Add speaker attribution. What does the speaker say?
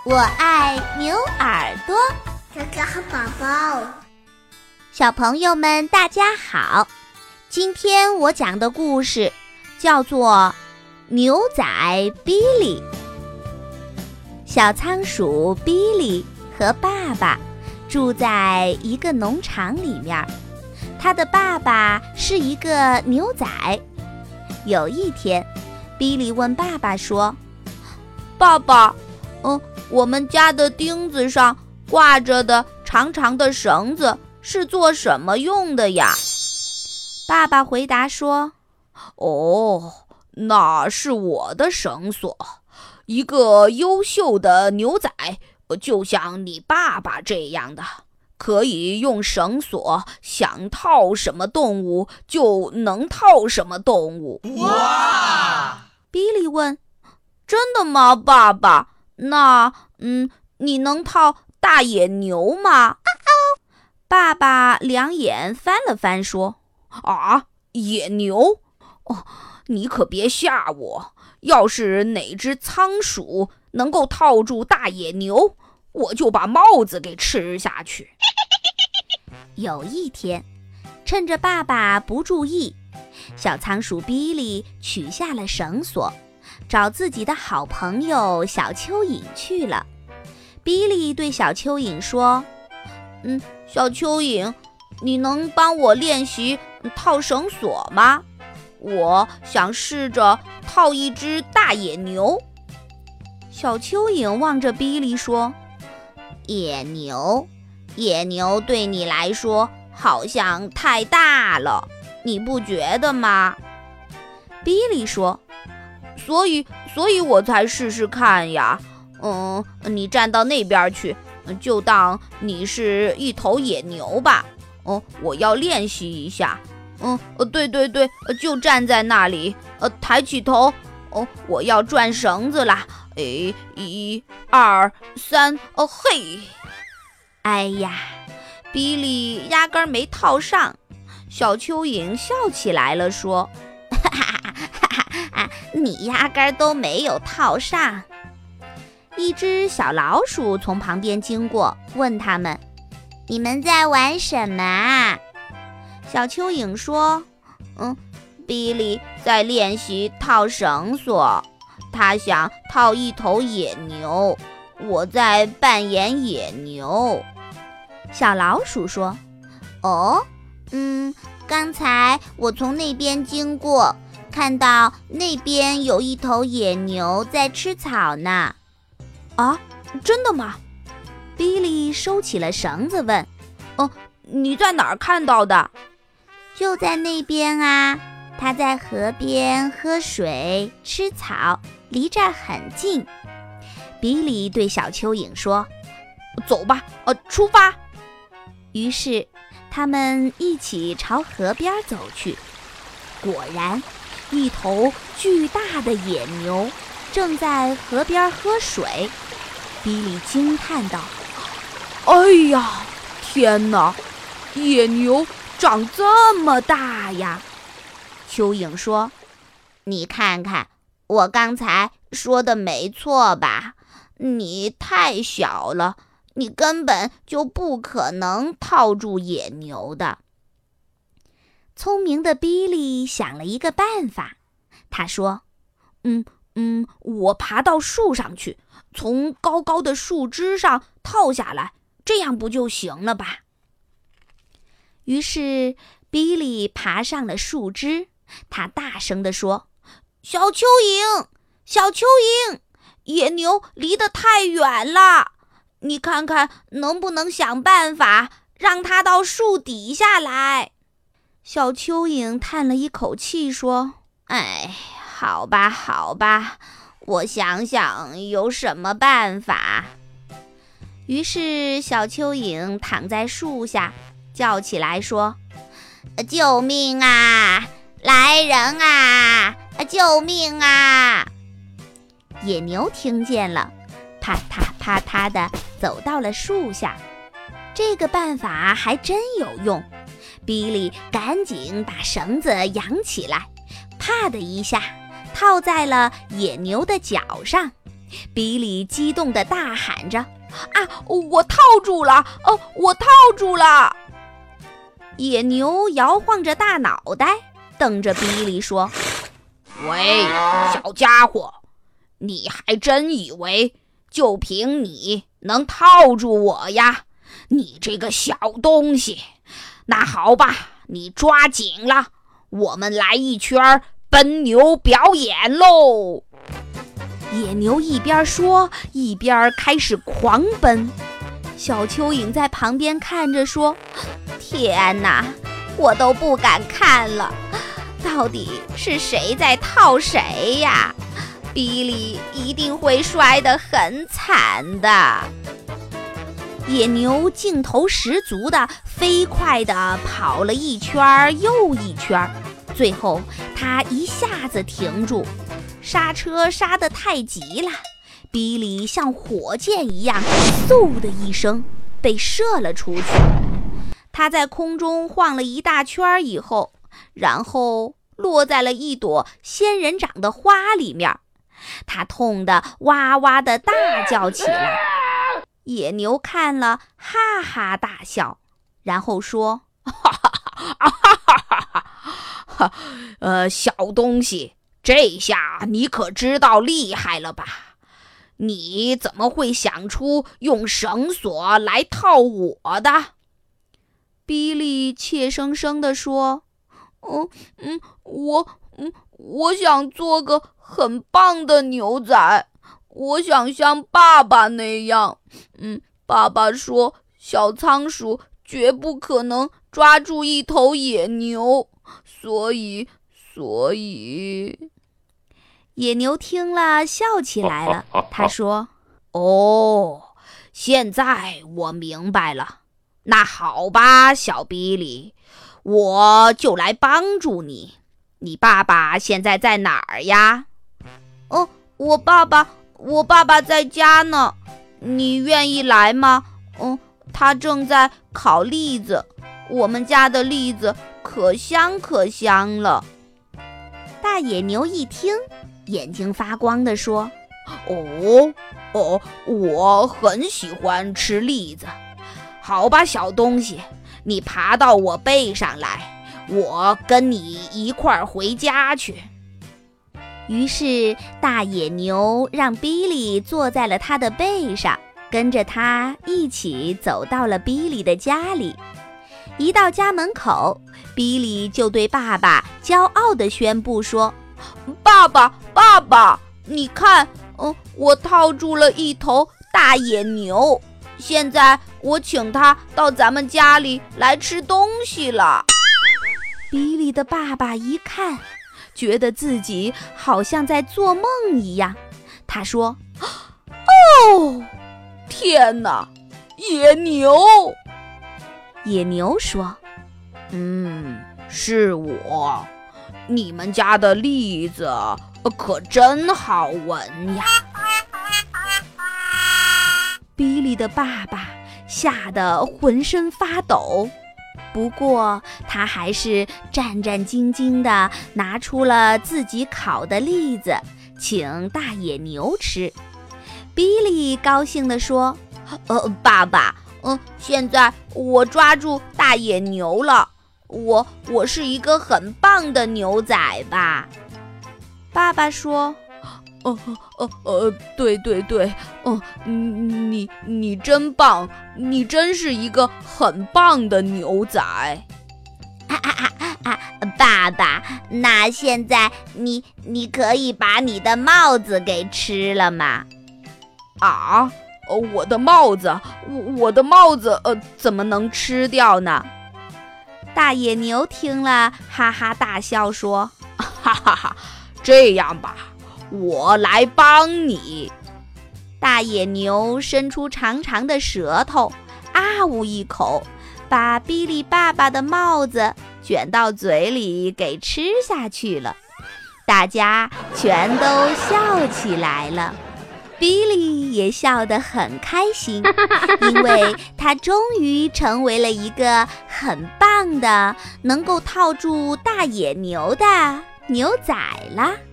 Speaker 1: 我爱牛耳朵。
Speaker 2: 小可好宝宝，
Speaker 1: 小朋友们大家好，今天我讲的故事叫做牛仔比利。小仓鼠比利和爸爸住在一个农场里面，他的爸爸是一个牛仔。有一天，比利问爸爸说：爸爸，我们家的钉子上挂着的长长的绳子是做什么用的呀？爸爸回答说：
Speaker 3: 那是我的绳索。一个优秀的牛仔，就像你爸爸这样的，可以用绳索想套什么动物就能套什么动物。
Speaker 1: 哇！比利问：真的吗，爸爸？那你能套大野牛吗？爸爸两眼翻了翻说：
Speaker 3: 野牛？你可别吓我，要是哪只仓鼠能够套住大野牛，我就把帽子给吃下去。
Speaker 1: 有一天，趁着爸爸不注意，小仓鼠比利取下了绳索，找自己的好朋友小蚯蚓去了。比利对小蚯蚓说：小蚯蚓，你能帮我练习套绳索吗？我想试着套一只大野牛。小蚯蚓望着比利说：野牛对你来说好像太大了，你不觉得吗？比利说：所以我才试试看呀。你站到那边去，就当你是一头野牛吧。我要练习一下。对，就站在那里，抬起头。我要转绳子啦。1、2、3，嘿！哎呀，比利压根没套上。小蚯蚓笑起来了，说：你压根都没有套上。一只小老鼠从旁边经过，问他们：你们在玩什么啊？小蚯蚓说：比利在练习套绳索，他想套一头野牛，我在扮演野牛。小老鼠说：刚才我从那边经过，看到那边有一头野牛在吃草呢。真的吗？比利收起了绳子问：你在哪儿看到的？就在那边啊，他在河边喝水吃草，离这儿很近。比利对小蚯蚓说：走吧，出发。于是他们一起朝河边走去。果然，一头巨大的野牛正在河边喝水。比利惊叹道：哎呀，天哪，野牛长这么大呀！蚯蚓说：你看看，我刚才说的没错吧？你太小了，你根本就不可能套住野牛的。聪明的比利想了一个办法，他说：我爬到树上去，从高高的树枝上套下来，这样不就行了吧？于是比利爬上了树枝，他大声地说：小蚯蚓，野牛离得太远了，你看看能不能想办法让它到树底下来。小蚯蚓叹了一口气说：好吧，我想想有什么办法。于是小蚯蚓躺在树下叫起来说：救命啊，来人啊，救命啊！野牛听见了，啪嗒啪嗒地走到了树下。这个办法还真有用，比利赶紧把绳子扬起来，啪的一下套在了野牛的脚上， 比利激动地大喊着：“
Speaker 3: 啊，我套住了！我套住了！”
Speaker 1: 野牛摇晃着大脑袋，瞪着比利说：“
Speaker 3: 喂，小家伙，你还真以为就凭你能套住我呀？你这个小东西！那好吧，你抓紧了，我们来一圈奔牛表演喽！”
Speaker 1: 野牛一边说一边开始狂奔。小蚯蚓在旁边看着说：“天哪，我都不敢看了，到底是谁在套谁呀？比利一定会摔得很惨的。”野牛劲头十足的飞快地跑了一圈又一圈，最后他一下子停住，刹车刹得太急了，比利像火箭一样嗖的一声被射了出去。他在空中晃了一大圈以后，然后落在了一朵仙人掌的花里面，他痛得哇哇地大叫起来。野牛看了哈哈大笑，然后说：“
Speaker 3: 小东西，这下你可知道厉害了吧？你怎么会想出用绳索来套我的？”
Speaker 1: 比利怯生生地说：“
Speaker 3: 我想做个很棒的牛仔，我想像爸爸那样。爸爸说小仓鼠绝不可能抓住一头野牛，所以……”
Speaker 1: 野牛听了笑起来了，他说：“
Speaker 3: 哦，现在我明白了。那好吧，小比利，我就来帮助你。你爸爸现在在哪儿呀？”“
Speaker 1: 我爸爸在家呢，你愿意来吗？”“他正在烤栗子，我们家的栗子可香可香了。”大野牛一听，眼睛发光地说：“
Speaker 3: 我很喜欢吃栗子。好吧，小东西，你爬到我背上来，我跟你一块儿回家去。”
Speaker 1: 于是大野牛让比利坐在了他的背上，跟着他一起走到了比利的家里。一到家门口，比利就对爸爸骄傲地宣布说：“爸爸，你看，我套住了一头大野牛，现在我请他到咱们家里来吃东西了。”比利的爸爸一看，觉得自己好像在做梦一样，他说：“
Speaker 3: 哦，天哪，野牛！”
Speaker 1: 野牛说：“
Speaker 3: 是我，你们家的栗子可真好闻呀！”
Speaker 1: 比利的爸爸吓得浑身发抖，不过他还是战战兢兢地拿出了自己烤的栗子，请大野牛吃。比利高兴地说：“爸爸，现在我抓住大野牛了，我是一个很棒的牛仔吧？”爸爸说：“
Speaker 3: 对，你真棒，你真是一个很棒的牛仔。”
Speaker 1: 爸爸，那现在你可以把你的帽子给吃了吗？
Speaker 3: 啊，我的帽子怎么能吃掉呢？
Speaker 1: 大野牛听了哈哈大笑说：“
Speaker 3: 哈哈哈，这样吧，我来帮你。”
Speaker 1: 大野牛伸出长长的舌头，啊呜一口，把比利爸爸的帽子卷到嘴里给吃下去了。大家全都笑起来了，比利也笑得很开心，因为他终于成为了一个很棒的能够套住大野牛的牛仔了。